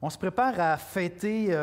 On se prépare à fêter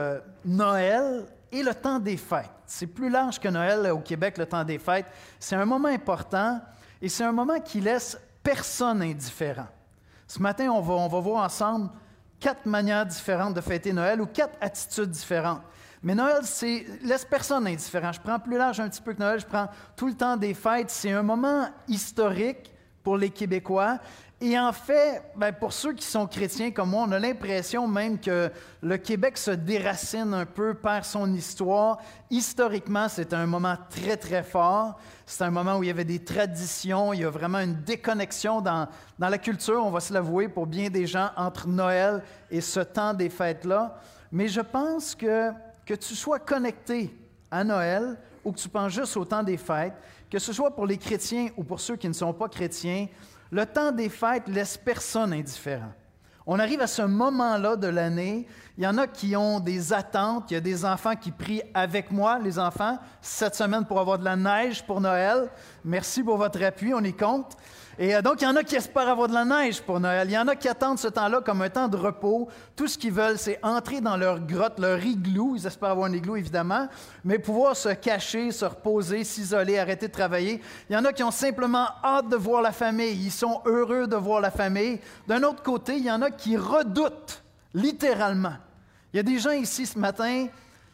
Noël et le temps des fêtes. C'est plus large que Noël au Québec, le temps des fêtes. C'est un moment important et c'est un moment qui laisse personne indifférent. Ce matin, on va voir ensemble 4 manières différentes de fêter Noël ou 4 attitudes différentes. Mais Noël, laisse personne indifférent. Je prends plus large un petit peu que Noël, je prends tout le temps des fêtes. C'est un moment historique pour les Québécois. Et en fait, pour ceux qui sont chrétiens comme moi, on a l'impression même que le Québec se déracine un peu, perd son histoire. Historiquement, c'est un moment très, très fort. C'est un moment où il y avait des traditions, il y a vraiment une déconnexion dans la culture, on va se l'avouer, pour bien des gens, entre Noël et ce temps des fêtes-là. Mais je pense que tu sois connecté à Noël ou que tu penses juste au temps des fêtes, que ce soit pour les chrétiens ou pour ceux qui ne sont pas chrétiens, le temps des fêtes laisse personne indifférent. On arrive à ce moment-là de l'année, il y en a qui ont des attentes, il y a des enfants qui prient avec moi, les enfants, cette semaine pour avoir de la neige pour Noël. Merci pour votre appui, on y compte. Et donc, il y en a qui espèrent avoir de la neige pour Noël. Il y en a qui attendent ce temps-là comme un temps de repos. Tout ce qu'ils veulent, c'est entrer dans leur grotte, leur igloo. Ils espèrent avoir un igloo, évidemment, mais pouvoir se cacher, se reposer, s'isoler, arrêter de travailler. Il y en a qui ont simplement hâte de voir la famille. Ils sont heureux de voir la famille. D'un autre côté, il y en a qui redoutent, littéralement. Il y a des gens ici ce matin,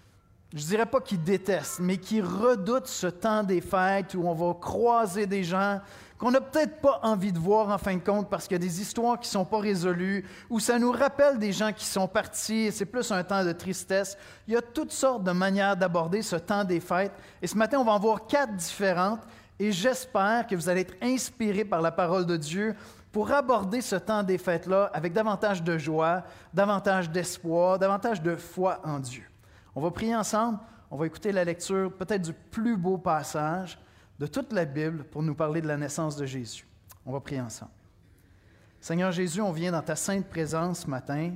je ne dirais pas qu'ils détestent, mais qui redoutent ce temps des fêtes où on va croiser des gens qu'on n'a peut-être pas envie de voir en fin de compte parce qu'il y a des histoires qui ne sont pas résolues, où ça nous rappelle des gens qui sont partis, et c'est plus un temps de tristesse. Il y a toutes sortes de manières d'aborder ce temps des fêtes. Et ce matin, on va en voir 4 différentes, et j'espère que vous allez être inspirés par la parole de Dieu pour aborder ce temps des fêtes-là avec davantage de joie, davantage d'espoir, davantage de foi en Dieu. On va prier ensemble, on va écouter la lecture peut-être du plus beau passage de toute la Bible pour nous parler de la naissance de Jésus. On va prier ensemble. Seigneur Jésus, on vient dans ta sainte présence ce matin.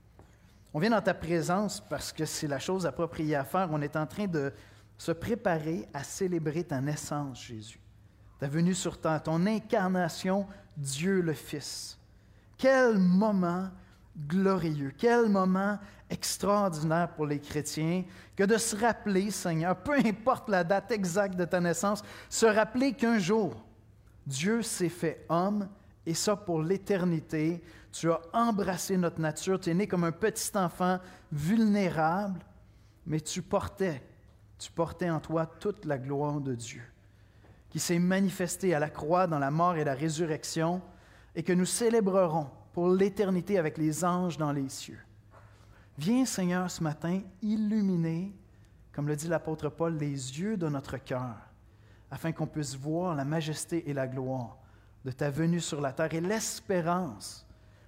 On vient dans ta présence parce que c'est la chose appropriée à faire. On est en train de se préparer à célébrer ta naissance, Jésus. Ta venue sur terre, ton incarnation, Dieu le Fils. Quel moment glorieux, quel moment extraordinaire pour les chrétiens que de se rappeler, Seigneur, peu importe la date exacte de ta naissance, se rappeler qu'un jour, Dieu s'est fait homme, et ça pour l'éternité. Tu as embrassé notre nature, tu es né comme un petit enfant vulnérable, mais tu portais en toi toute la gloire de Dieu, qui s'est manifestée à la croix dans la mort et la résurrection, et que nous célébrerons pour l'éternité avec les anges dans les cieux. Viens, Seigneur, ce matin, illuminer, comme le dit l'apôtre Paul, les yeux de notre cœur, afin qu'on puisse voir la majesté et la gloire de ta venue sur la terre et l'espérance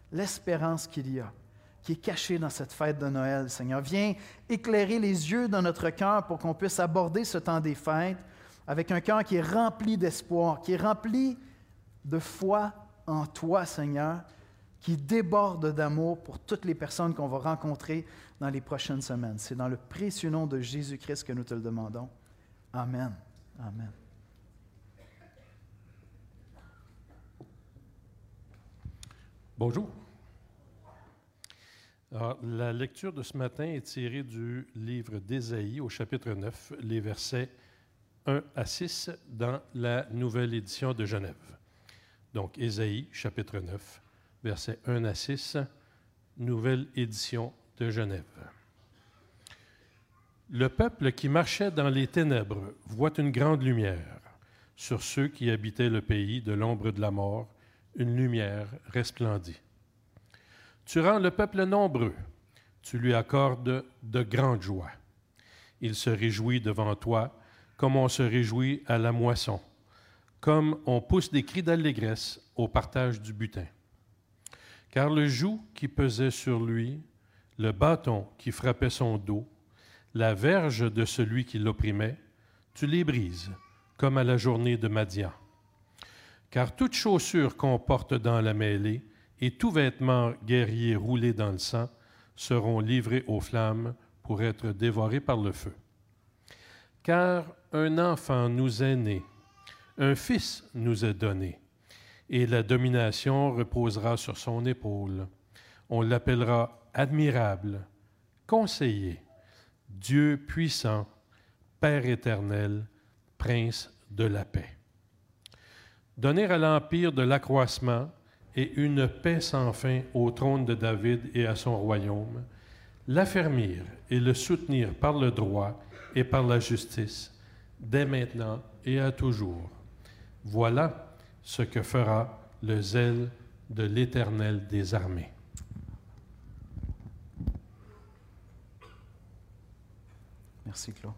qu'il y a, qui est cachée dans cette fête de Noël, Seigneur. Viens éclairer les yeux de notre cœur pour qu'on puisse aborder ce temps des fêtes avec un cœur qui est rempli d'espoir, qui est rempli de foi en toi, Seigneur, qui déborde d'amour pour toutes les personnes qu'on va rencontrer dans les prochaines semaines. C'est dans le précieux nom de Jésus-Christ que nous te le demandons. Amen. Amen. Bonjour. Alors, la lecture de ce matin est tirée du livre d'Ésaïe au chapitre 9, les versets 1 à 6 dans la nouvelle édition de Genève. Donc, Ésaïe, chapitre 9, versets 1 à 6, nouvelle édition de Genève. Le peuple qui marchait dans les ténèbres voit une grande lumière. Sur ceux qui habitaient le pays de l'ombre de la mort, une lumière resplendit. Tu rends le peuple nombreux, tu lui accordes de grandes joies. Il se réjouit devant toi comme on se réjouit à la moisson, comme on pousse des cris d'allégresse au partage du butin. Car le joug qui pesait sur lui, le bâton qui frappait son dos, la verge de celui qui l'opprimait, tu les brises, comme à la journée de Madian. Car toute chaussure qu'on porte dans la mêlée et tout vêtement guerrier roulé dans le sang seront livrés aux flammes pour être dévorés par le feu. Car un enfant nous est né, un fils nous est donné, et la domination reposera sur son épaule. On l'appellera admirable, conseiller, Dieu puissant, Père éternel, Prince de la paix. Donner à l'empire de l'accroissement et une paix sans fin au trône de David et à son royaume, l'affermir et le soutenir par le droit et par la justice, dès maintenant et à toujours. Voilà ce que fera le zèle de l'Éternel des armées. Merci, Claude.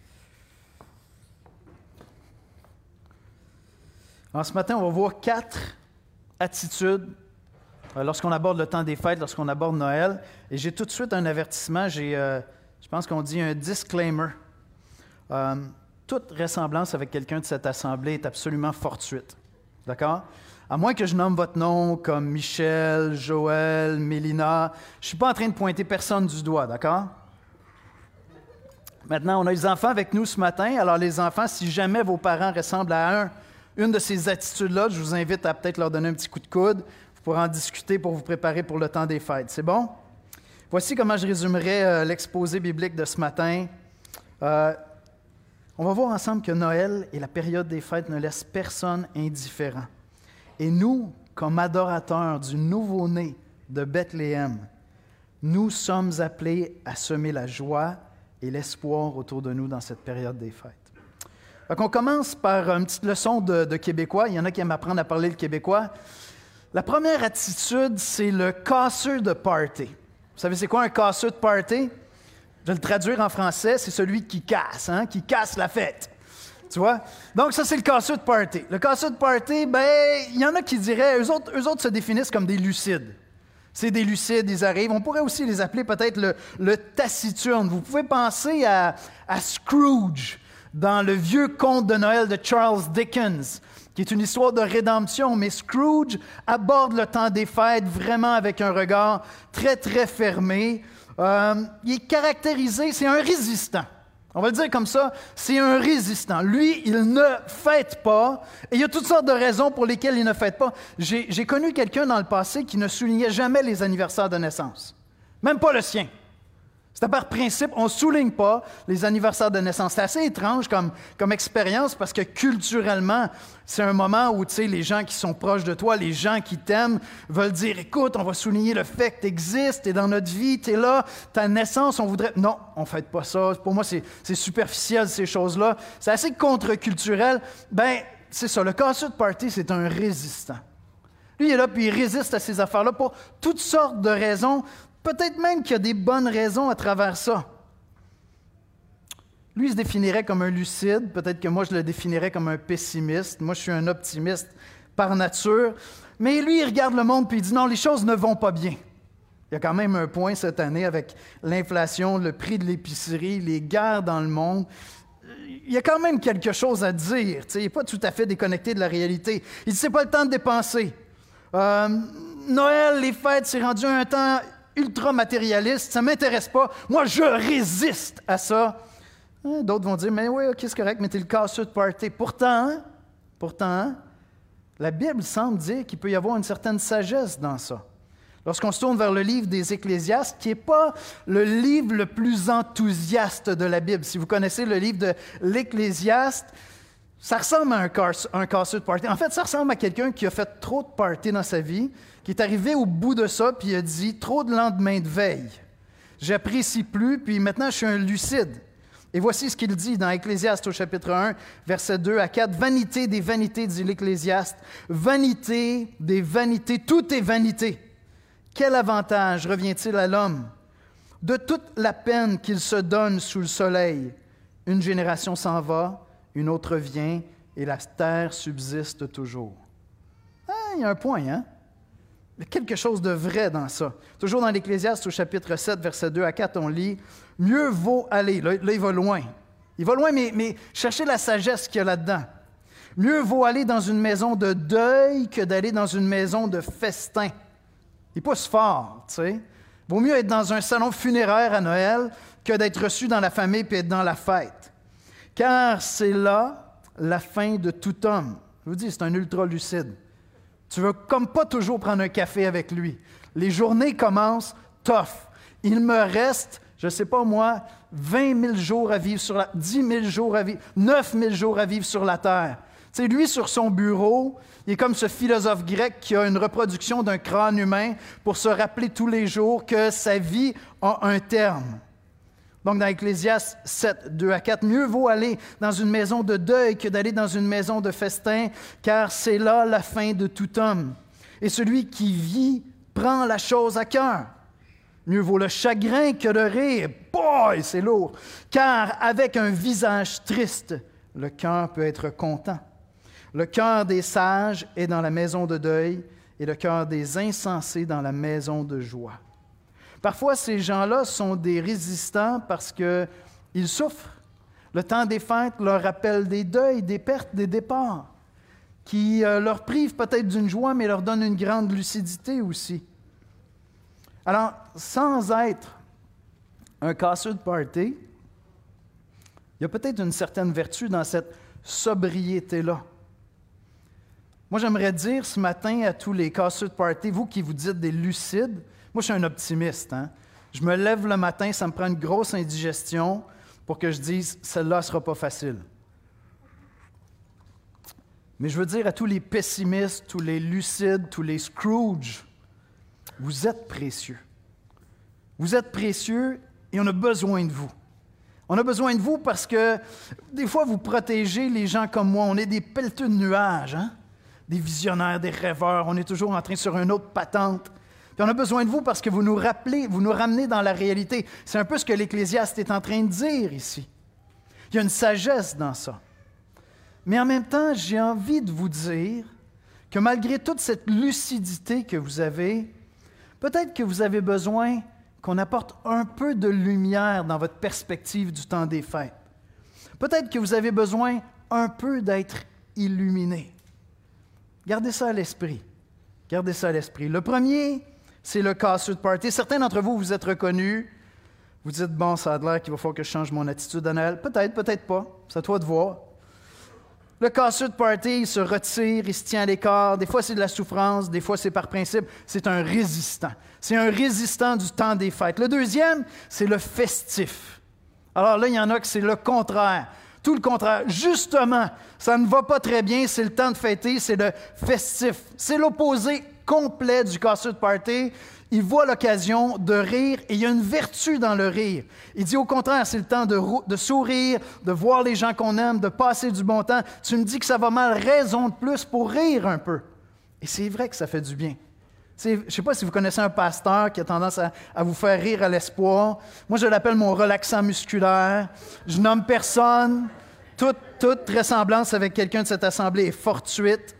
Alors, ce matin, on va voir 4 attitudes lorsqu'on aborde le temps des fêtes, lorsqu'on aborde Noël. Et j'ai tout de suite un avertissement. Je pense qu'on dit un disclaimer. Toute ressemblance avec quelqu'un de cette assemblée est absolument fortuite. D'accord? À moins que je nomme votre nom comme Michel, Joël, Mélina, je ne suis pas en train de pointer personne du doigt. D'accord? Maintenant, on a les enfants avec nous ce matin. Alors, les enfants, si jamais vos parents ressemblent à une de ces attitudes-là, je vous invite à peut-être leur donner un petit coup de coude. Vous pourrez en discuter pour vous préparer pour le temps des fêtes. C'est bon? Voici comment je résumerai l'exposé biblique de ce matin. On va voir ensemble que Noël et la période des fêtes ne laissent personne indifférent. Et nous, comme adorateurs du nouveau-né de Bethléem, nous sommes appelés à semer la joie et l'espoir autour de nous dans cette période des fêtes. Donc, on commence par une petite leçon de québécois. Il y en a qui aiment apprendre à parler le québécois. La première attitude, c'est le casseur de party. Vous savez, c'est quoi un casseur de party? Je vais le traduire en français, c'est celui qui casse la fête. Tu vois? Donc, ça, c'est le casseur de party. Le casseur de party, il y en a qui diraient, eux autres se définissent comme des lucides. C'est des lucides, ils arrivent. On pourrait aussi les appeler peut-être le taciturne. Vous pouvez penser à Scrooge dans le vieux conte de Noël de Charles Dickens, qui est une histoire de rédemption, mais Scrooge aborde le temps des fêtes vraiment avec un regard très, très fermé. Il est caractérisé, c'est un résistant. On va le dire comme ça, c'est un résistant. Lui, il ne fête pas, et il y a toutes sortes de raisons pour lesquelles il ne fête pas. J'ai connu quelqu'un dans le passé qui ne soulignait jamais les anniversaires de naissance, même pas le sien. C'était par principe, on ne souligne pas les anniversaires de naissance. C'est assez étrange comme expérience parce que culturellement, c'est un moment où les gens qui sont proches de toi, les gens qui t'aiment, veulent dire « Écoute, on va souligner le fait que tu existes, tu es dans notre vie, tu es là, ta naissance, on voudrait... » Non, on ne fête pas ça. Pour moi, c'est superficiel, ces choses-là. C'est assez contre-culturel. C'est ça, le casseur de party, c'est un résistant. Lui, il est là, puis il résiste à ces affaires-là pour toutes sortes de raisons. Peut-être même qu'il y a des bonnes raisons à travers ça. Lui, il se définirait comme un lucide. Peut-être que moi, je le définirais comme un pessimiste. Moi, je suis un optimiste par nature. Mais lui, il regarde le monde et il dit non, les choses ne vont pas bien. Il y a quand même un point cette année avec l'inflation, le prix de l'épicerie, les guerres dans le monde. Il y a quand même quelque chose à dire. Il n'est pas tout à fait déconnecté de la réalité. Il dit c'est pas le temps de dépenser. Noël, les fêtes, c'est rendu un temps ultra-matérialiste, ça ne m'intéresse pas. Moi, je résiste à ça. D'autres vont dire, mais oui, OK, c'est correct, mais t'es le casseur de party. Pourtant, la Bible semble dire qu'il peut y avoir une certaine sagesse dans ça. Lorsqu'on se tourne vers le livre des Ecclésiastes, qui n'est pas le livre le plus enthousiaste de la Bible. Si vous connaissez le livre de l'Ecclésiaste, ça ressemble à un casseur de party. En fait, ça ressemble à quelqu'un qui a fait trop de party dans sa vie, qui est arrivé au bout de ça, puis il a dit « trop de lendemain de veille. J'apprécie plus, puis maintenant je suis un lucide. » Et voici ce qu'il dit dans Ecclésiaste au chapitre 1, versets 2 à 4. « Vanité des vanités, dit l'Ecclésiaste, vanité des vanités, tout est vanité. Quel avantage revient-il à l'homme de toute la peine qu'il se donne sous le soleil? Une génération s'en va, une autre vient, et la terre subsiste toujours. » Il y a un point, hein? Il y a quelque chose de vrai dans ça. Toujours dans l'Ecclésiaste, au chapitre 7, versets 2 à 4, on lit « Mieux vaut aller ». Là, il va loin. Il va loin, mais cherchez la sagesse qu'il y a là-dedans. « Mieux vaut aller dans une maison de deuil que d'aller dans une maison de festin. » Il pousse fort, tu sais. Vaut mieux être dans un salon funéraire à Noël que d'être reçu dans la famille puis être dans la fête. Car c'est là la fin de tout homme. Je vous dis, c'est un ultra-lucide. Tu ne veux comme pas toujours prendre un café avec lui. Les journées commencent tough. Il me reste, je ne sais pas moi, 20 000 jours à vivre sur la... 10 000 jours à vivre, 9 000 jours à vivre sur la terre. Tu sais, lui, sur son bureau, il est comme ce philosophe grec qui a une reproduction d'un crâne humain pour se rappeler tous les jours que sa vie a un terme. Donc, dans Ecclésiaste 7, 2 à 4, « Mieux vaut aller dans une maison de deuil que d'aller dans une maison de festin, car c'est là la fin de tout homme. Et celui qui vit prend la chose à cœur. Mieux vaut le chagrin que le rire. Boy, c'est lourd! Car avec un visage triste, le cœur peut être content. Le cœur des sages est dans la maison de deuil et le cœur des insensés dans la maison de joie. » Parfois, ces gens-là sont des résistants parce qu'ils souffrent. Le temps des fêtes leur rappelle des deuils, des pertes, des départs, qui leur privent peut-être d'une joie, mais leur donnent une grande lucidité aussi. Alors, sans être un casseux de party, il y a peut-être une certaine vertu dans cette sobriété-là. Moi, j'aimerais dire ce matin à tous les casseux de party, vous qui vous dites des lucides, moi, je suis un optimiste. Hein? Je me lève le matin, ça me prend une grosse indigestion pour que je dise « celle-là ne sera pas facile ». Mais je veux dire à tous les pessimistes, tous les lucides, tous les Scrooge, vous êtes précieux. Vous êtes précieux et on a besoin de vous. On a besoin de vous parce que des fois, vous protégez les gens comme moi. On est des pelleteux de nuages, hein? Des visionnaires, des rêveurs. On est toujours en train sur une autre patente. Puis on a besoin de vous parce que vous nous rappelez, vous nous ramenez dans la réalité. C'est un peu ce que l'Ecclésiaste est en train de dire ici. Il y a une sagesse dans ça. Mais en même temps, j'ai envie de vous dire que malgré toute cette lucidité que vous avez, peut-être que vous avez besoin qu'on apporte un peu de lumière dans votre perspective du temps des fêtes. Peut-être que vous avez besoin un peu d'être illuminé. Gardez ça à l'esprit. Gardez ça à l'esprit. Le premier, c'est le casseux de party. Certains d'entre vous, vous êtes reconnus. Vous dites, bon, ça a l'air qu'il va falloir que je change mon attitude à Noël. Peut-être, peut-être pas. C'est à toi de voir. Le casseux de party, il se retire, il se tient à l'écart. Des fois, c'est de la souffrance. Des fois, c'est par principe. C'est un résistant. C'est un résistant du temps des fêtes. Le deuxième, c'est le festif. Alors là, il y en a que c'est le contraire. Tout le contraire. Justement, ça ne va pas très bien, c'est le temps de fêter, c'est le festif. C'est l'opposé complet du casseux de party. Il voit l'occasion de rire et il y a une vertu dans le rire. Il dit au contraire, c'est le temps de sourire, de voir les gens qu'on aime, de passer du bon temps. Tu me dis que ça va mal, raison de plus pour rire un peu. Et c'est vrai que ça fait du bien. Je ne sais pas si vous connaissez un pasteur qui a tendance à vous faire rire à l'espoir. Moi, je l'appelle mon relaxant musculaire. Je nomme personne. Toute ressemblance avec quelqu'un de cette assemblée est fortuite.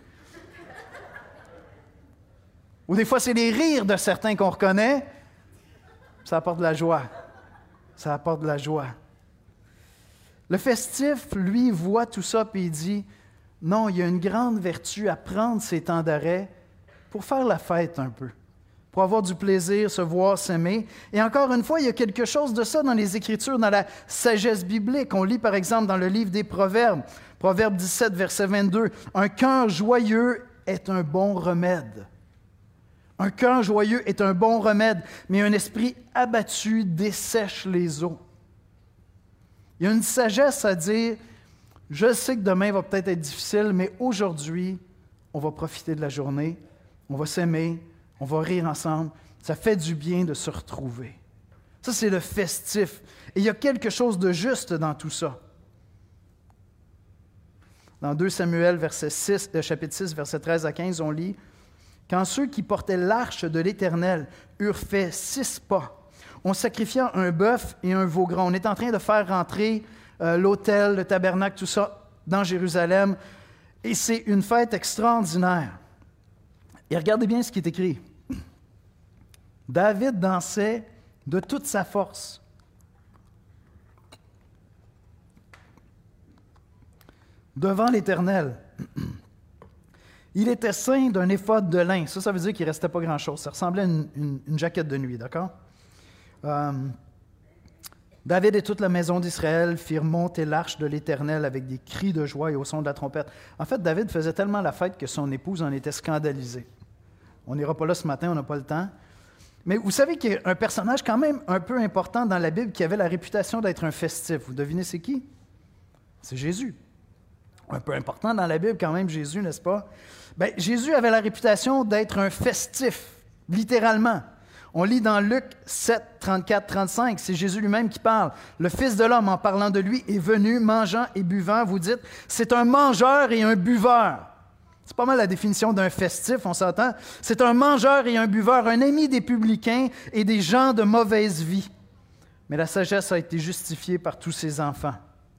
Ou des fois, c'est les rires de certains qu'on reconnaît. Ça apporte de la joie. Ça apporte de la joie. Le festif, lui, voit tout ça et il dit, non, il y a une grande vertu à prendre ces temps d'arrêt pour faire la fête un peu, pour avoir du plaisir, se voir, s'aimer. Et encore une fois, il y a quelque chose de ça dans les Écritures, dans la sagesse biblique. On lit par exemple dans le livre des Proverbes, Proverbe 17, verset 22, « Un cœur joyeux est un bon remède. » Un cœur joyeux est un bon remède, mais un esprit abattu dessèche les eaux. Il y a une sagesse à dire, je sais que demain va peut-être être difficile, mais aujourd'hui, on va profiter de la journée, on va s'aimer, on va rire ensemble. Ça fait du bien de se retrouver. Ça, c'est le festif. Et il y a quelque chose de juste dans tout ça. Dans 2 Samuel, chapitre 6, verset 13 à 15, on lit « Quand ceux qui portaient l'arche de l'Éternel eurent fait 6 pas, on sacrifia un bœuf et un veau gras. » On est en train de faire rentrer l'autel, le tabernacle, tout ça, dans Jérusalem. Et c'est une fête extraordinaire. Et regardez bien ce qui est écrit. David dansait de toute sa force. Devant l'Éternel. Il était ceint d'un éphod de lin. Ça veut dire qu'il ne restait pas grand-chose. Ça ressemblait à une jaquette de nuit, d'accord? David et toute la maison d'Israël firent monter l'arche de l'Éternel avec des cris de joie et au son de la trompette. En fait, David faisait tellement la fête que son épouse en était scandalisée. On n'ira pas là ce matin, on n'a pas le temps. Mais vous savez qu'il y a un personnage quand même un peu important dans la Bible qui avait la réputation d'être un festif. Vous devinez c'est qui? C'est Jésus. Un peu important dans la Bible quand même, Jésus, n'est-ce pas? Bien, Jésus avait la réputation d'être un festif, littéralement. On lit dans Luc 7, 34, 35, c'est Jésus lui-même qui parle. Le Fils de l'homme, en parlant de lui, est venu, mangeant et buvant. Vous dites, c'est un mangeur et un buveur. C'est pas mal la définition d'un festif, on s'entend. C'est un mangeur et un buveur, un ami des publicains et des gens de mauvaise vie. Mais la sagesse a été justifiée par tous ses enfants.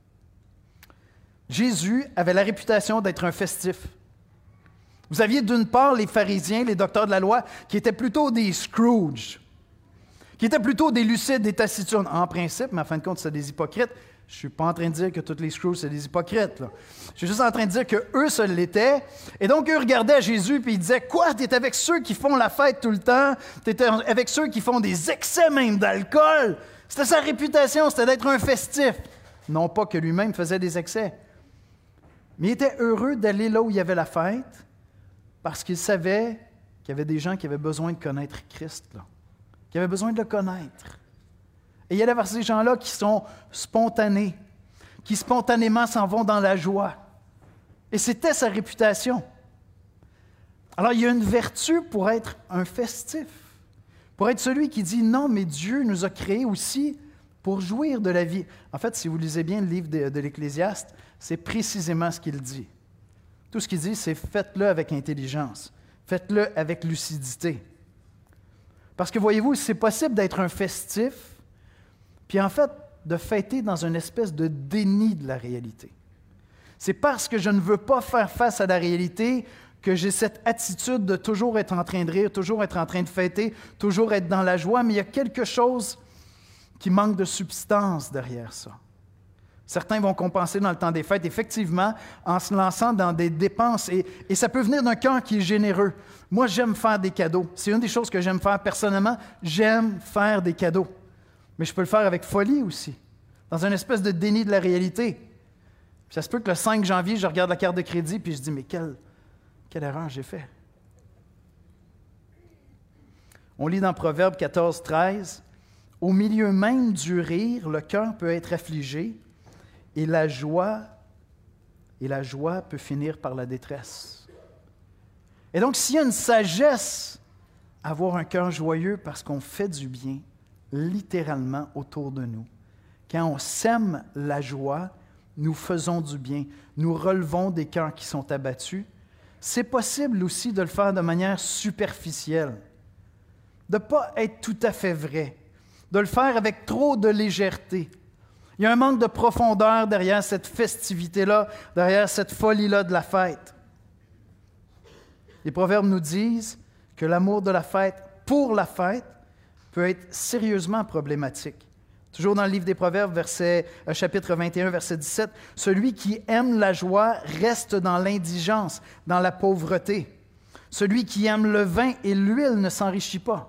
Jésus avait la réputation d'être un festif. Vous aviez d'une part les pharisiens, les docteurs de la loi, qui étaient plutôt des Scrooge, qui étaient plutôt des lucides, des taciturnes, en principe, mais en fin de compte, c'est des hypocrites. Je ne suis pas en train de dire que tous les Scrooge, c'est des hypocrites. Là. Je suis juste en train de dire qu'eux, ça l'était. Et donc, eux regardaient Jésus et ils disaient, « Quoi, tu es avec ceux qui font la fête tout le temps? Tu es avec ceux qui font des excès même d'alcool? » C'était sa réputation, c'était d'être un festif. Non pas que lui-même faisait des excès. Mais il était heureux d'aller là où il y avait la fête, parce qu'il savait qu'il y avait des gens qui avaient besoin de connaître Christ, là, qui avaient besoin de le connaître. Et il y allait vers ces gens-là qui sont spontanés, qui spontanément s'en vont dans la joie. Et c'était sa réputation. Alors, il y a une vertu pour être un festif, pour être celui qui dit « Non, mais Dieu nous a créés aussi pour jouir de la vie. » En fait, si vous lisez bien le livre de l'Ecclésiaste, c'est précisément ce qu'il dit. Tout ce qu'il dit, c'est « Faites-le avec intelligence, faites-le avec lucidité. » Parce que voyez-vous, c'est possible d'être un festif, puis en fait, de fêter dans une espèce de déni de la réalité. C'est parce que je ne veux pas faire face à la réalité que j'ai cette attitude de toujours être en train de rire, toujours être en train de fêter, toujours être dans la joie, mais il y a quelque chose qui manque de substance derrière ça. Certains vont compenser dans le temps des fêtes, effectivement, en se lançant dans des dépenses, et ça peut venir d'un cœur qui est généreux. Moi, j'aime faire des cadeaux. C'est une des choses que j'aime faire personnellement. J'aime faire des cadeaux. Mais je peux le faire avec folie aussi, dans une espèce de déni de la réalité. Puis ça se peut que le 5 janvier, je regarde la carte de crédit puis je dis « Mais quelle erreur j'ai fait? » On lit dans Proverbe 14, 13, « Au milieu même du rire, le cœur peut être affligé et la joie peut finir par la détresse. » Et donc, s'il y a une sagesse à avoir un cœur joyeux parce qu'on fait du bien, littéralement autour de nous. Quand on sème la joie, nous faisons du bien, nous relevons des cœurs qui sont abattus. C'est possible aussi de le faire de manière superficielle, de ne pas être tout à fait vrai, de le faire avec trop de légèreté. Il y a un manque de profondeur derrière cette festivité-là, derrière cette folie-là de la fête. Les Proverbes nous disent que l'amour de la fête pour la fête peut être sérieusement problématique. Toujours dans le livre des Proverbes, chapitre 21, verset 17, « Celui qui aime la joie reste dans l'indigence, dans la pauvreté. Celui qui aime le vin et l'huile ne s'enrichit pas. »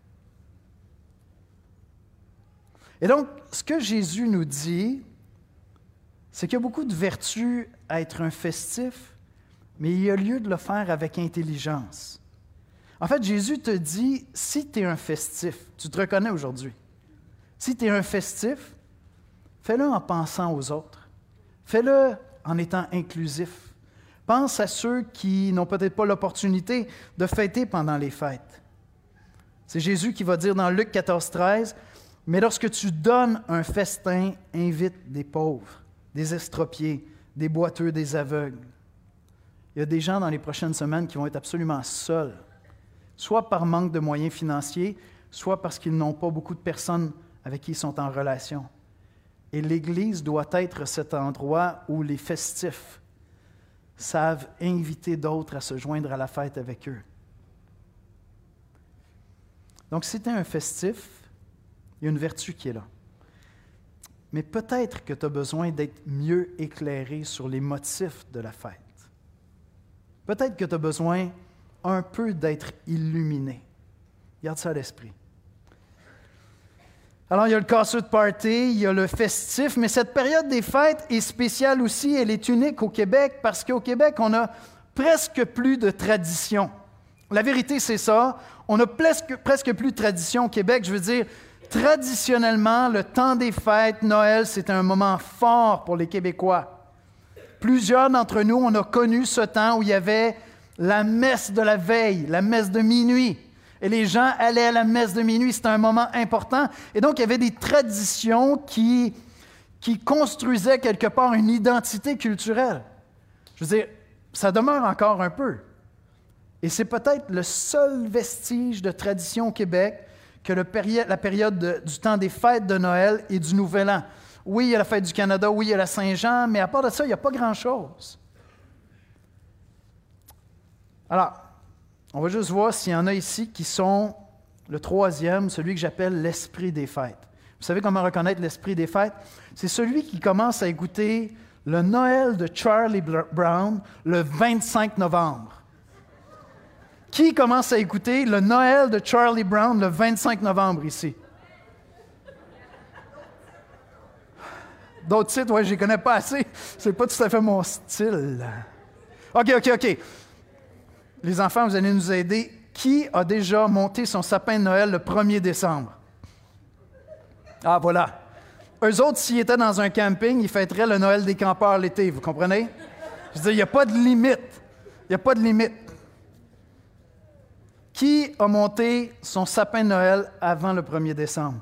Et donc, ce que Jésus nous dit, c'est qu'il y a beaucoup de vertus à être un festif, mais il y a lieu de le faire avec intelligence. En fait, Jésus te dit, si tu es un festif, tu te reconnais aujourd'hui, si tu es un festif, fais-le en pensant aux autres. Fais-le en étant inclusif. Pense à ceux qui n'ont peut-être pas l'opportunité de fêter pendant les fêtes. C'est Jésus qui va dire dans Luc 14, 13, « Mais lorsque tu donnes un festin, invite des pauvres, des estropiés, des boiteux, des aveugles. » Il y a des gens dans les prochaines semaines qui vont être absolument seuls, soit par manque de moyens financiers, soit parce qu'ils n'ont pas beaucoup de personnes avec qui ils sont en relation. Et l'Église doit être cet endroit où les festifs savent inviter d'autres à se joindre à la fête avec eux. Donc, si tu es un festif, il y a une vertu qui est là. Mais peut-être que tu as besoin d'être mieux éclairé sur les motifs de la fête. Peut-être que tu as besoin un peu d'être illuminé. Garde ça à l'esprit. Alors, il y a le casseux de party, il y a le festif, mais cette période des fêtes est spéciale aussi, elle est unique au Québec, parce qu'au Québec, on a presque plus de tradition La vérité, c'est ça. On n'a presque plus de tradition au Québec. Je veux dire, traditionnellement, le temps des fêtes, Noël, c'était un moment fort pour les Québécois. Plusieurs d'entre nous, on a connu ce temps où il y avait la messe de la veille, la messe de minuit. Et les gens allaient à la messe de minuit, c'était un moment important. Et donc, il y avait des traditions qui construisaient quelque part une identité culturelle. Je veux dire, ça demeure encore un peu. Et c'est peut-être le seul vestige de tradition au Québec que la période du temps des fêtes de Noël et du Nouvel An. Oui, il y a la fête du Canada, oui, il y a la Saint-Jean, mais à part de ça, il n'y a pas grand-chose. Alors, on va juste voir s'il y en a ici qui sont le troisième, celui que j'appelle l'esprit des fêtes. Vous savez comment reconnaître l'esprit des fêtes? C'est celui qui commence à écouter le Noël de Charlie Brown le 25 novembre. Qui commence à écouter le Noël de Charlie Brown le 25 novembre ici? D'autres titres, oui, je ne les connais pas assez. C'est pas tout à fait mon style. OK. Les enfants, vous allez nous aider. Qui a déjà monté son sapin de Noël le 1er décembre? Ah, voilà. Eux autres, s'ils étaient dans un camping, ils fêteraient le Noël des campeurs l'été, vous comprenez? Je veux dire, il n'y a pas de limite. Il n'y a pas de limite. Qui a monté son sapin de Noël avant le 1er décembre?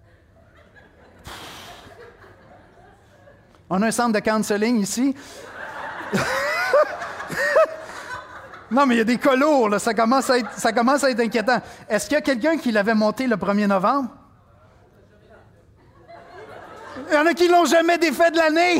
On a un centre de counseling ici. Non, mais il y a des colos, là. Ça commence à être inquiétant. Est-ce qu'il y a quelqu'un qui l'avait monté le 1er novembre? Il y en a qui ne l'ont jamais défait de l'année.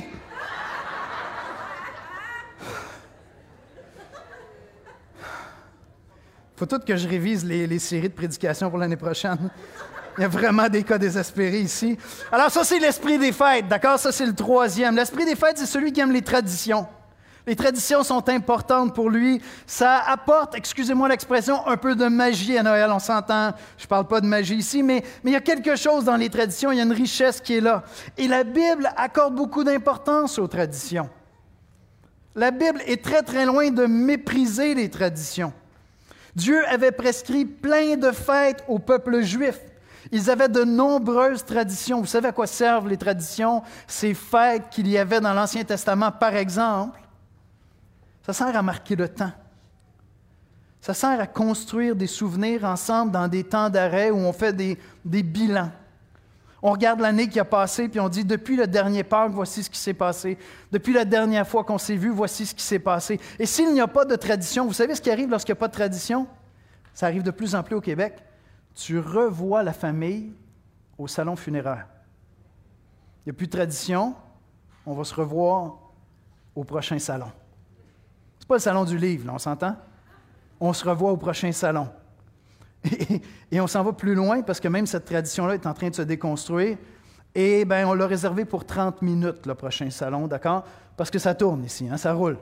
Il faut tout que je révise les séries de prédications pour l'année prochaine. Il y a vraiment des cas désespérés ici. Alors ça, c'est l'esprit des fêtes, d'accord? Ça, c'est le troisième. L'esprit des fêtes, c'est celui qui aime les traditions. Les traditions sont importantes pour lui. Ça apporte, excusez-moi l'expression, un peu de magie à Noël. On s'entend, je ne parle pas de magie ici, mais il y a quelque chose dans les traditions, il y a une richesse qui est là. Et la Bible accorde beaucoup d'importance aux traditions. La Bible est très, très loin de mépriser les traditions. Dieu avait prescrit plein de fêtes au peuple juif. Ils avaient de nombreuses traditions. Vous savez à quoi servent les traditions? Ces fêtes qu'il y avait dans l'Ancien Testament, par exemple, ça sert à marquer le temps. Ça sert à construire des souvenirs ensemble dans des temps d'arrêt où on fait des bilans. On regarde l'année qui a passé, puis on dit, depuis le dernier Pâques, voici ce qui s'est passé. Depuis la dernière fois qu'on s'est vu, voici ce qui s'est passé. Et s'il n'y a pas de tradition, vous savez ce qui arrive lorsqu'il n'y a pas de tradition? Ça arrive de plus en plus au Québec. Tu revois la famille au salon funéraire. Il n'y a plus de tradition, on va se revoir au prochain salon. C'est pas le salon du livre, là, on s'entend? On se revoit au prochain salon. Et on s'en va plus loin parce que même cette tradition-là est en train de se déconstruire. Et bien, on l'a réservé pour 30 minutes, le prochain salon, d'accord? Parce que ça tourne ici, hein, ça roule.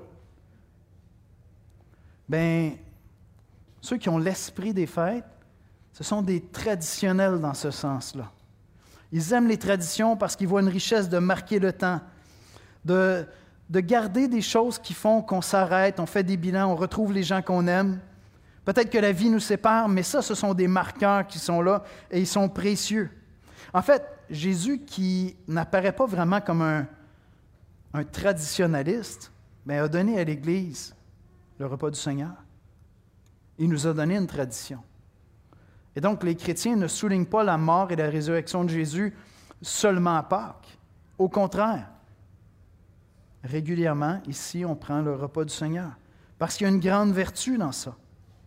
Bien, ceux qui ont l'esprit des fêtes, ce sont des traditionnels dans ce sens-là. Ils aiment les traditions parce qu'ils voient une richesse de marquer le temps, de garder des choses qui font qu'on s'arrête, on fait des bilans, on retrouve les gens qu'on aime. Peut-être que la vie nous sépare, mais ça, ce sont des marqueurs qui sont là et ils sont précieux. En fait, Jésus, qui n'apparaît pas vraiment comme un traditionnaliste, mais a donné à l'Église le repas du Seigneur. Il nous a donné une tradition. Et donc, les chrétiens ne soulignent pas la mort et la résurrection de Jésus seulement à Pâques. Au contraire, régulièrement, ici, on prend le repas du Seigneur, parce qu'il y a une grande vertu dans ça.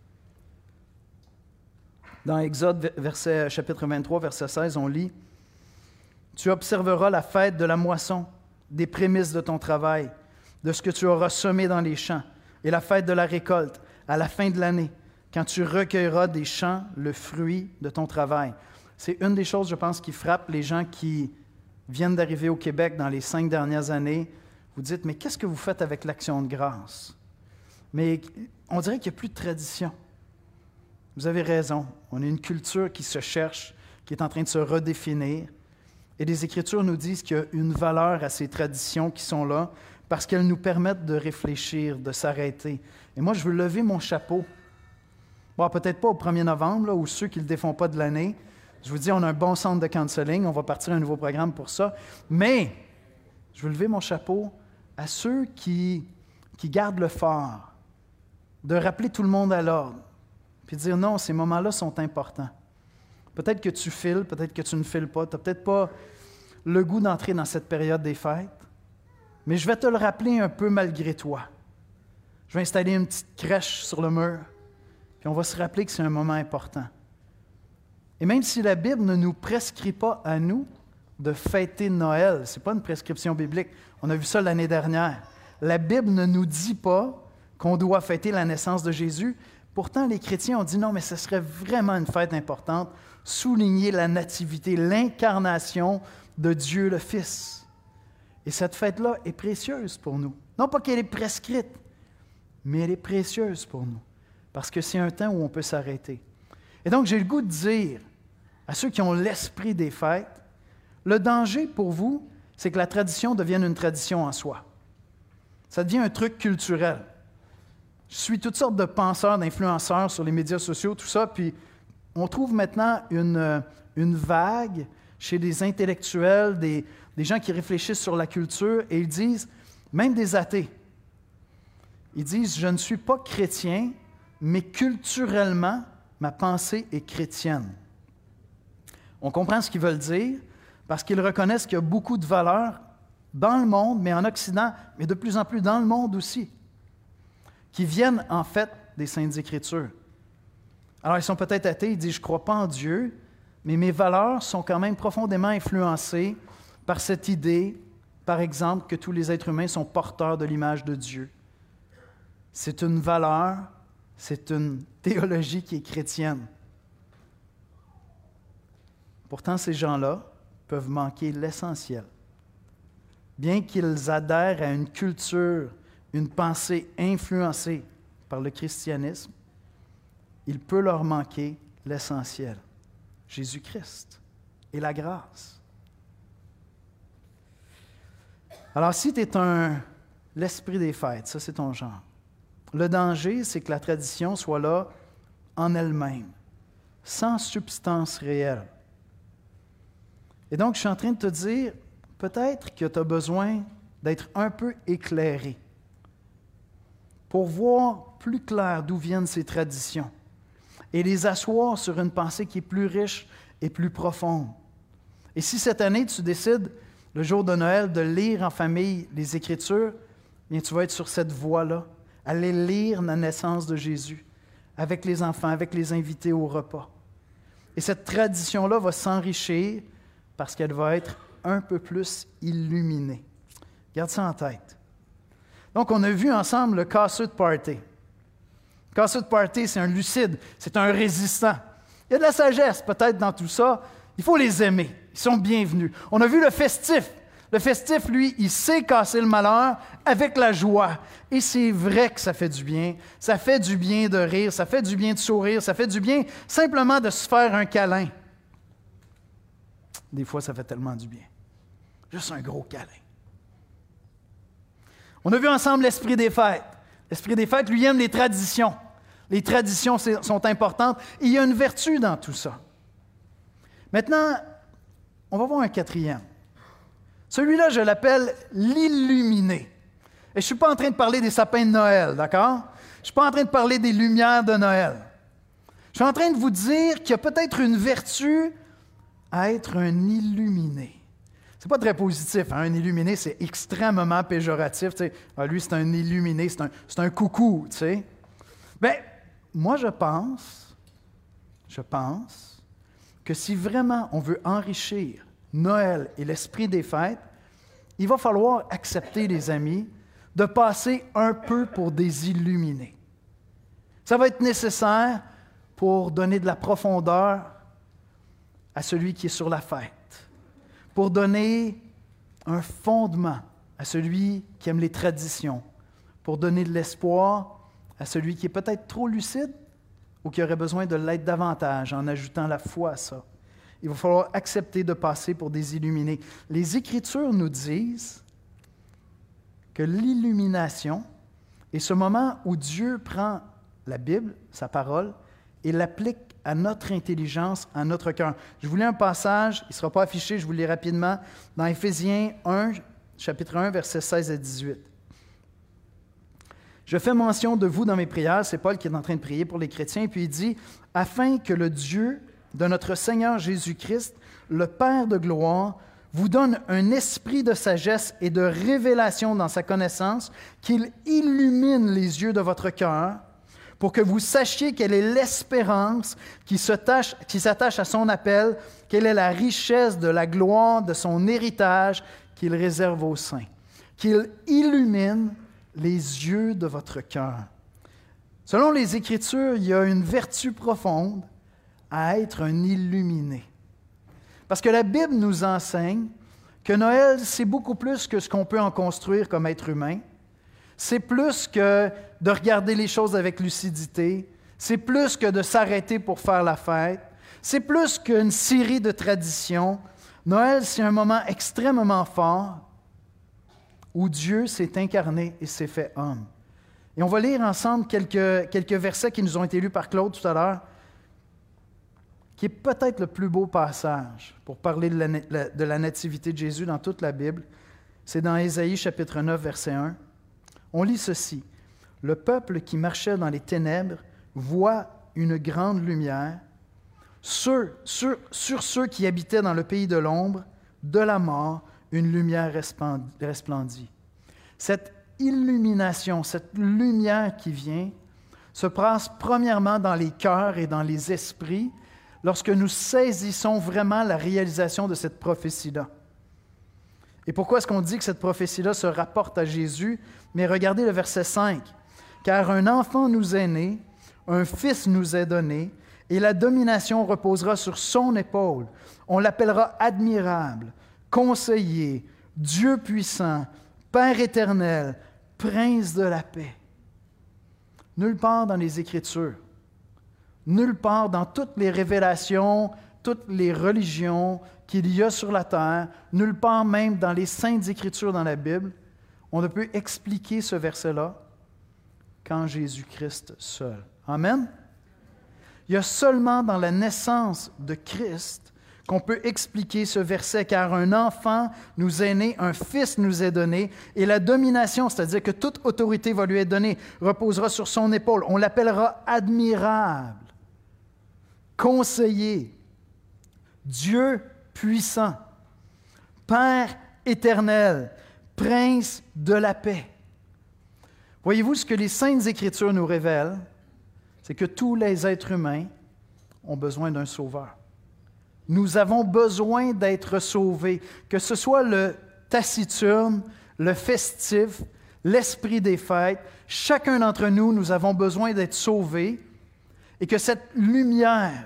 Dans Exode, chapitre 23, verset 16, on lit « Tu observeras la fête de la moisson, des prémices de ton travail, de ce que tu auras semé dans les champs, et la fête de la récolte, à la fin de l'année, quand tu recueilleras des champs le fruit de ton travail. » C'est une des choses, je pense, qui frappe les gens qui viennent d'arriver au Québec dans les 5 dernières années. Vous dites, mais qu'est-ce que vous faites avec l'Action de grâce? Mais on dirait qu'il n'y a plus de tradition. Vous avez raison. On a une culture qui se cherche, qui est en train de se redéfinir. Et les Écritures nous disent qu'il y a une valeur à ces traditions qui sont là parce qu'elles nous permettent de réfléchir, de s'arrêter. Et moi, je veux lever mon chapeau Bon, peut-être pas au 1er novembre, là, ou ceux qui ne le défont pas de l'année. Je vous dis, on a un bon centre de counseling, on va partir un nouveau programme pour ça. Mais, je veux lever mon chapeau à ceux qui gardent le phare, de rappeler tout le monde à l'ordre, puis de dire non, ces moments-là sont importants. Peut-être que tu files, peut-être que tu ne files pas, tu n'as peut-être pas le goût d'entrer dans cette période des fêtes, mais je vais te le rappeler un peu malgré toi. Je vais installer une petite crèche sur le mur, puis on va se rappeler que c'est un moment important. Et même si la Bible ne nous prescrit pas à nous de fêter Noël, ce n'est pas une prescription biblique, on a vu ça l'année dernière, la Bible ne nous dit pas qu'on doit fêter la naissance de Jésus. Pourtant, les chrétiens ont dit non, mais ce serait vraiment une fête importante, souligner la nativité, l'incarnation de Dieu le Fils. Et cette fête-là est précieuse pour nous. Non pas qu'elle est prescrite, mais elle est précieuse pour nous, parce que c'est un temps où on peut s'arrêter. Et donc, j'ai le goût de dire à ceux qui ont l'esprit des fêtes, le danger pour vous, c'est que la tradition devienne une tradition en soi. Ça devient un truc culturel. Je suis toutes sortes de penseurs, d'influenceurs sur les médias sociaux, tout ça, puis on trouve maintenant une vague chez des intellectuels, des gens qui réfléchissent sur la culture, et ils disent, même des athées, ils disent, je ne suis pas chrétien, mais culturellement, ma pensée est chrétienne. On comprend ce qu'ils veulent dire, parce qu'ils reconnaissent qu'il y a beaucoup de valeurs dans le monde, mais en Occident, mais de plus en plus dans le monde aussi, qui viennent en fait des Saintes Écritures. Alors, ils sont peut-être athées, ils disent « je ne crois pas en Dieu », mais mes valeurs sont quand même profondément influencées par cette idée, par exemple, que tous les êtres humains sont porteurs de l'image de Dieu. C'est une valeur, c'est une théologie qui est chrétienne. Pourtant, ces gens-là peuvent manquer l'essentiel. Bien qu'ils adhèrent à une culture, une pensée influencée par le christianisme, il peut leur manquer l'essentiel, Jésus-Christ et la grâce. Alors, si tu es l'esprit des fêtes, ça c'est ton genre, le danger, c'est que la tradition soit là en elle-même, sans substance réelle. Et donc, je suis en train de te dire, peut-être que tu as besoin d'être un peu éclairé pour voir plus clair d'où viennent ces traditions et les asseoir sur une pensée qui est plus riche et plus profonde. Et si cette année, tu décides, le jour de Noël, de lire en famille les Écritures, bien, tu vas être sur cette voie-là, aller lire la naissance de Jésus avec les enfants, avec les invités au repas. Et cette tradition-là va s'enrichir parce qu'elle va être un peu plus illuminée. Garde ça en tête. Donc, on a vu ensemble le casseux de party. Le casseux de party, c'est un lucide, c'est un résistant. Il y a de la sagesse peut-être dans tout ça. Il faut les aimer. Ils sont bienvenus. On a vu le festif. Le festif, lui, il sait casser le malheur avec la joie. Et c'est vrai que ça fait du bien. Ça fait du bien de rire, ça fait du bien de sourire, ça fait du bien simplement de se faire un câlin. Des fois, ça fait tellement du bien. Juste un gros câlin. On a vu ensemble l'esprit des fêtes. L'esprit des fêtes, lui, aime les traditions. Les traditions sont importantes. Et il y a une vertu dans tout ça. Maintenant, on va voir un quatrième. Celui-là, je l'appelle l'illuminé. Et je ne suis pas en train de parler des sapins de Noël, d'accord? Je ne suis pas en train de parler des lumières de Noël. Je suis en train de vous dire qu'il y a peut-être une vertu à être un illuminé. C'est pas très positif, hein? Un illuminé, c'est extrêmement péjoratif. Tu sais. Ah, lui, c'est un illuminé, c'est un coucou, tu sais. Bien, moi, je pense que si vraiment on veut enrichir Noël et l'esprit des fêtes, il va falloir accepter, les amis, de passer un peu pour des illuminés. Ça va être nécessaire pour donner de la profondeur à celui qui est sur la fête, pour donner un fondement à celui qui aime les traditions, pour donner de l'espoir à celui qui est peut-être trop lucide ou qui aurait besoin de l'être davantage en ajoutant la foi à ça. Il va falloir accepter de passer pour des illuminés. Les Écritures nous disent que l'illumination est ce moment où Dieu prend la Bible, sa parole, et l'applique à notre intelligence, à notre cœur. Je vous lis un passage, il ne sera pas affiché, je vous le lis rapidement, dans Éphésiens 1, chapitre 1, versets 16 à 18. Je fais mention de vous dans mes prières, c'est Paul qui est en train de prier pour les chrétiens, puis il dit, « Afin que le Dieu de notre Seigneur Jésus-Christ, le Père de gloire, vous donne un esprit de sagesse et de révélation dans sa connaissance, qu'il illumine les yeux de votre cœur, pour que vous sachiez quelle est l'espérance qui s'attache à son appel, quelle est la richesse de la gloire de son héritage qu'il réserve aux saints. Qu'il illumine les yeux de votre cœur. » Selon les Écritures, il y a une vertu profonde à être un illuminé. Parce que la Bible nous enseigne que Noël, c'est beaucoup plus que ce qu'on peut en construire comme être humain. C'est plus que de regarder les choses avec lucidité. C'est plus que de s'arrêter pour faire la fête. C'est plus qu'une série de traditions. Noël, c'est un moment extrêmement fort où Dieu s'est incarné et s'est fait homme. Et on va lire ensemble quelques versets qui nous ont été lus par Claude tout à l'heure, qui est peut-être le plus beau passage pour parler de la nativité de Jésus dans toute la Bible. C'est dans Ésaïe chapitre 9, verset 1. On lit ceci. « Le peuple qui marchait dans les ténèbres voit une grande lumière. Sur ceux qui habitaient dans le pays de l'ombre, de la mort, une lumière resplendit. » Cette illumination, cette lumière qui vient, se passe premièrement dans les cœurs et dans les esprits lorsque nous saisissons vraiment la réalisation de cette prophétie-là. Et pourquoi est-ce qu'on dit que cette prophétie-là se rapporte à Jésus? Mais regardez le verset 5. « Car un enfant nous est né, un fils nous est donné, et la domination reposera sur son épaule. On l'appellera admirable, conseiller, Dieu puissant, Père éternel, Prince de la paix. » Nulle part dans les Écritures, nulle part dans toutes les révélations, toutes les religions qu'il y a sur la terre, nulle part même dans les Saintes Écritures dans la Bible, on ne peut expliquer ce verset-là qu'en Jésus-Christ seul. Amen? Il y a seulement dans la naissance de Christ qu'on peut expliquer ce verset, car un enfant nous est né, un fils nous est donné, et la domination, c'est-à-dire que toute autorité va lui être donnée, reposera sur son épaule. On l'appellera admirable, conseiller, Dieu puissant, Père éternel, Prince de la paix. Voyez-vous, ce que les Saintes Écritures nous révèlent, c'est que tous les êtres humains ont besoin d'un sauveur. Nous avons besoin d'être sauvés, que ce soit le taciturne, le festif, l'esprit des fêtes. Chacun d'entre nous, nous avons besoin d'être sauvés et que cette lumière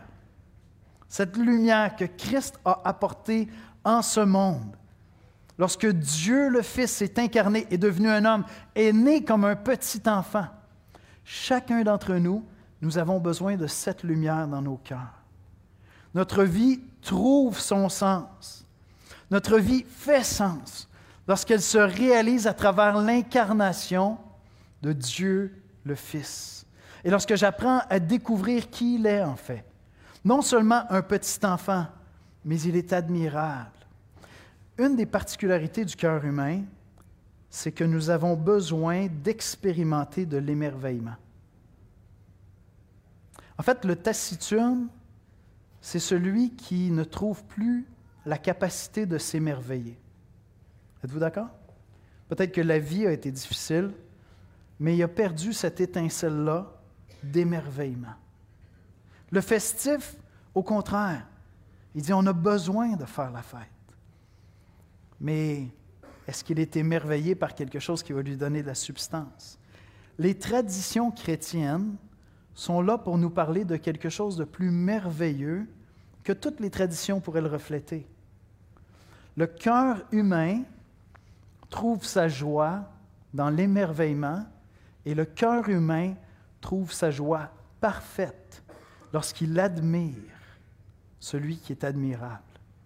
que Christ a apportée en ce monde, lorsque Dieu le Fils s'est incarné, est devenu un homme, est né comme un petit enfant, chacun d'entre nous, nous avons besoin de cette lumière dans nos cœurs. Notre vie trouve son sens. Notre vie fait sens lorsqu'elle se réalise à travers l'incarnation de Dieu le Fils. Et lorsque j'apprends à découvrir qui il est en fait. Non seulement un petit enfant, mais il est admirable. Une des particularités du cœur humain, c'est que nous avons besoin d'expérimenter de l'émerveillement. En fait, le taciturne, c'est celui qui ne trouve plus la capacité de s'émerveiller. Êtes-vous d'accord? Peut-être que la vie a été difficile, mais il a perdu cette étincelle-là d'émerveillement. Le festif, au contraire, il dit on a besoin de faire la fête. Mais est-ce qu'il est émerveillé par quelque chose qui va lui donner de la substance? Les traditions chrétiennes sont là pour nous parler de quelque chose de plus merveilleux que toutes les traditions pourraient le refléter. Le cœur humain trouve sa joie dans l'émerveillement et le cœur humain trouve sa joie parfaite lorsqu'il admire celui qui est admirable.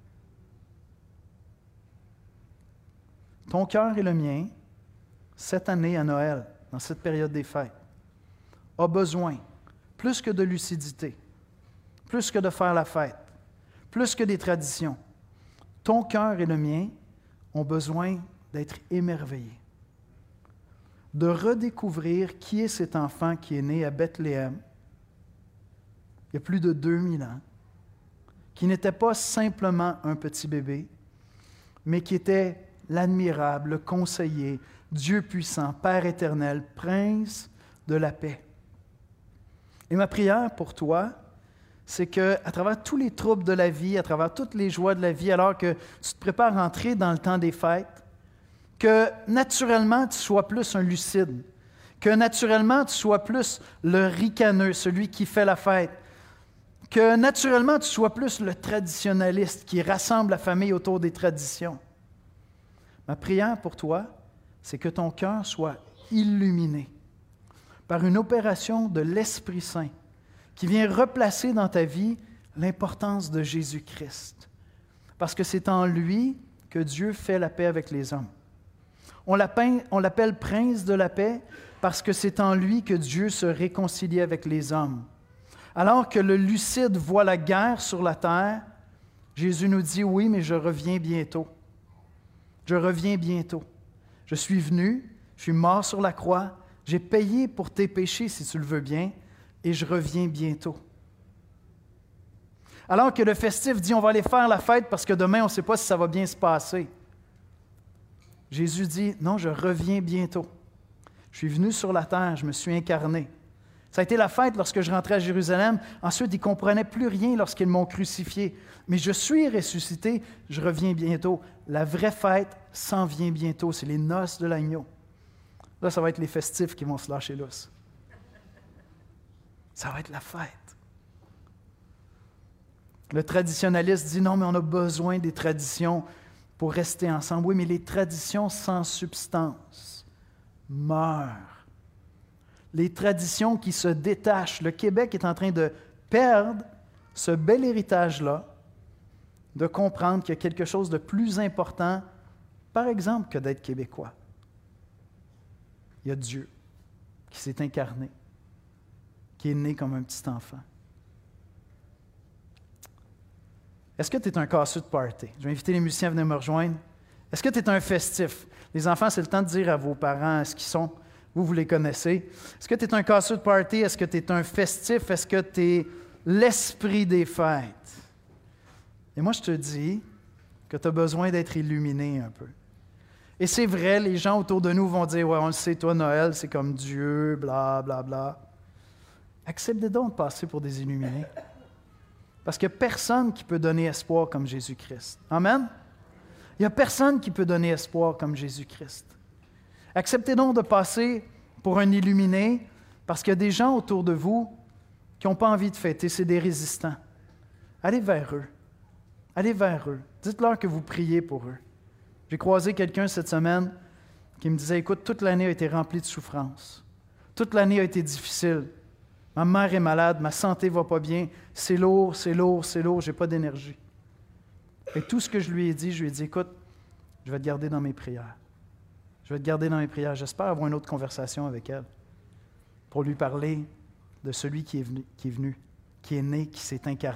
Ton cœur et le mien, cette année à Noël, dans cette période des fêtes, a besoin plus que de lucidité, plus que de faire la fête, plus que des traditions. Ton cœur et le mien ont besoin d'être émerveillés, de redécouvrir qui est cet enfant qui est né à Bethléem il y a plus de 2000 ans, qui n'était pas simplement un petit bébé, mais qui était l'admirable, le conseiller, Dieu puissant, Père éternel, Prince de la paix. Et ma prière pour toi, c'est qu'à travers tous les troubles de la vie, à travers toutes les joies de la vie, alors que tu te prépares à entrer dans le temps des fêtes, que naturellement tu sois plus un lucide, que naturellement tu sois plus le ricaneux, celui qui fait la fête, que naturellement tu sois plus le traditionnaliste qui rassemble la famille autour des traditions. Ma prière pour toi, c'est que ton cœur soit illuminé par une opération de l'Esprit Saint qui vient replacer dans ta vie l'importance de Jésus-Christ. Parce que c'est en lui que Dieu fait la paix avec les hommes. On l'appelle Prince de la paix parce que c'est en lui que Dieu se réconcilie avec les hommes. Alors que le lucide voit la guerre sur la terre, Jésus nous dit, oui, mais je reviens bientôt. Je reviens bientôt. Je suis venu, je suis mort sur la croix, j'ai payé pour tes péchés si tu le veux bien, et je reviens bientôt. Alors que le festif dit, on va aller faire la fête parce que demain, on ne sait pas si ça va bien se passer. Jésus dit, non, je reviens bientôt. Je suis venu sur la terre, je me suis incarné. Ça a été la fête lorsque je rentrais à Jérusalem. Ensuite, ils ne comprenaient plus rien lorsqu'ils m'ont crucifié. Mais je suis ressuscité, je reviens bientôt. La vraie fête s'en vient bientôt. C'est les noces de l'agneau. Là, ça va être les festifs qui vont se lâcher lousse. Ça va être la fête. Le traditionnaliste dit, non, mais on a besoin des traditions pour rester ensemble. Oui, mais les traditions sans substance meurent. Les traditions qui se détachent. Le Québec est en train de perdre ce bel héritage-là, de comprendre qu'il y a quelque chose de plus important, par exemple, que d'être québécois. Il y a Dieu qui s'est incarné, qui est né comme un petit enfant. Est-ce que tu es un casseux de party? Je vais inviter les musiciens à venir me rejoindre. Est-ce que tu es un festif? Les enfants, c'est le temps de dire à vos parents ce qu'ils sont. Vous les connaissez. Est-ce que tu es un casseux de party? Est-ce que tu es un festif? Est-ce que tu es l'esprit des fêtes? Et moi, je te dis que tu as besoin d'être illuminé un peu. Et c'est vrai, les gens autour de nous vont dire, « Ouais, on le sait, toi, Noël, c'est comme Dieu, bla, bla, bla. » Acceptez donc de passer pour des illuminés. Parce qu'il n'y a personne qui peut donner espoir comme Jésus-Christ. Amen? Il n'y a personne qui peut donner espoir comme Jésus-Christ. Acceptez donc de passer pour un illuminé parce qu'il y a des gens autour de vous qui n'ont pas envie de fêter, c'est des résistants. Allez vers eux. Allez vers eux. Dites-leur que vous priez pour eux. J'ai croisé quelqu'un cette semaine qui me disait, « Écoute, toute l'année a été remplie de souffrances. Toute l'année a été difficile. Ma mère est malade, ma santé ne va pas bien. C'est lourd, c'est lourd, c'est lourd, je n'ai pas d'énergie. » Et tout ce que je lui ai dit, « Écoute, je vais te garder dans mes prières. Je vais te garder dans mes prières. J'espère avoir une autre conversation avec elle pour lui parler de celui qui est venu, qui est né, qui s'est incarné. »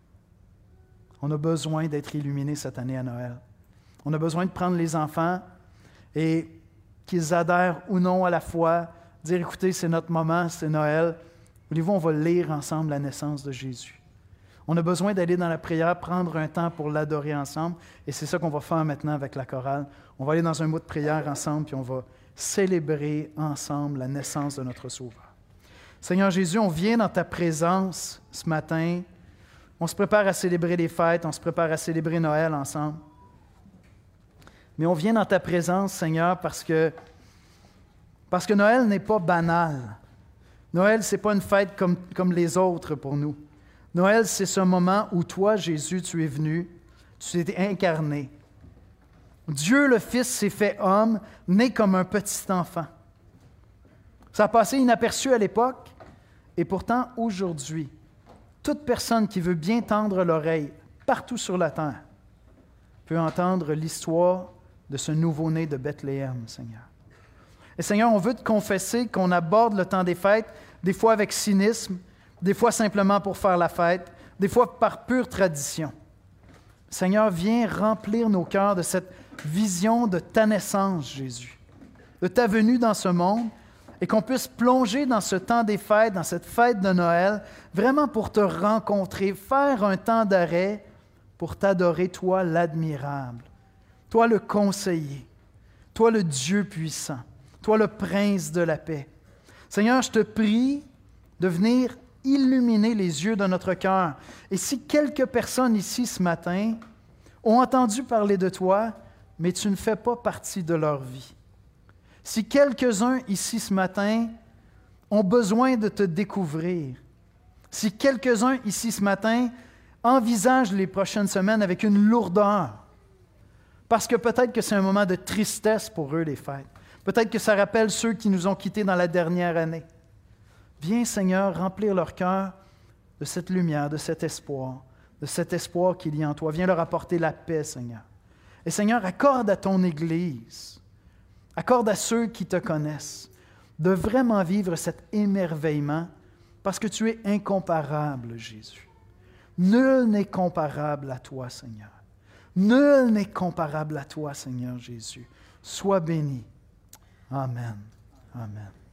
On a besoin d'être illuminés cette année à Noël. On a besoin de prendre les enfants et qu'ils adhèrent ou non à la foi, dire, écoutez, c'est notre moment, c'est Noël. Voulez-vous, on va lire ensemble la naissance de Jésus. On a besoin d'aller dans la prière, prendre un temps pour l'adorer ensemble, et c'est ça qu'on va faire maintenant avec la chorale. On va aller dans un mot de prière ensemble, puis on va célébrer ensemble la naissance de notre Sauveur. Seigneur Jésus, on vient dans ta présence ce matin. On se prépare à célébrer les fêtes, on se prépare à célébrer Noël ensemble. Mais on vient dans ta présence, Seigneur, parce que Noël n'est pas banal. Noël, ce n'est pas une fête comme les autres pour nous. Noël, c'est ce moment où toi, Jésus, tu es venu, tu t'es incarné. Dieu le Fils s'est fait homme, né comme un petit enfant. Ça a passé inaperçu à l'époque, et pourtant, aujourd'hui, toute personne qui veut bien tendre l'oreille, partout sur la terre, peut entendre l'histoire de ce nouveau-né de Bethléem, Seigneur. Et Seigneur, on veut te confesser qu'on aborde le temps des fêtes des fois avec cynisme, des fois simplement pour faire la fête, des fois par pure tradition. Seigneur, viens remplir nos cœurs de cette vision de ta naissance, Jésus, de ta venue dans ce monde, et qu'on puisse plonger dans ce temps des fêtes, dans cette fête de Noël, vraiment pour te rencontrer, faire un temps d'arrêt pour t'adorer, toi l'admirable, toi le conseiller, toi le Dieu puissant, toi le prince de la paix. Seigneur, je te prie de venir illuminer les yeux de notre cœur. Et si quelques personnes ici ce matin ont entendu parler de toi, mais tu ne fais pas partie de leur vie, si quelques-uns ici ce matin ont besoin de te découvrir, si quelques-uns ici ce matin envisagent les prochaines semaines avec une lourdeur, parce que peut-être que c'est un moment de tristesse pour eux, les fêtes, peut-être que ça rappelle ceux qui nous ont quittés dans la dernière année, viens, Seigneur, remplir leur cœur de cette lumière, de cet espoir qu'il y a en toi. Viens leur apporter la paix, Seigneur. Et Seigneur, accorde à ton Église, accorde à ceux qui te connaissent, de vraiment vivre cet émerveillement parce que tu es incomparable, Jésus. Nul n'est comparable à toi, Seigneur. Nul n'est comparable à toi, Seigneur Jésus. Sois béni. Amen. Amen.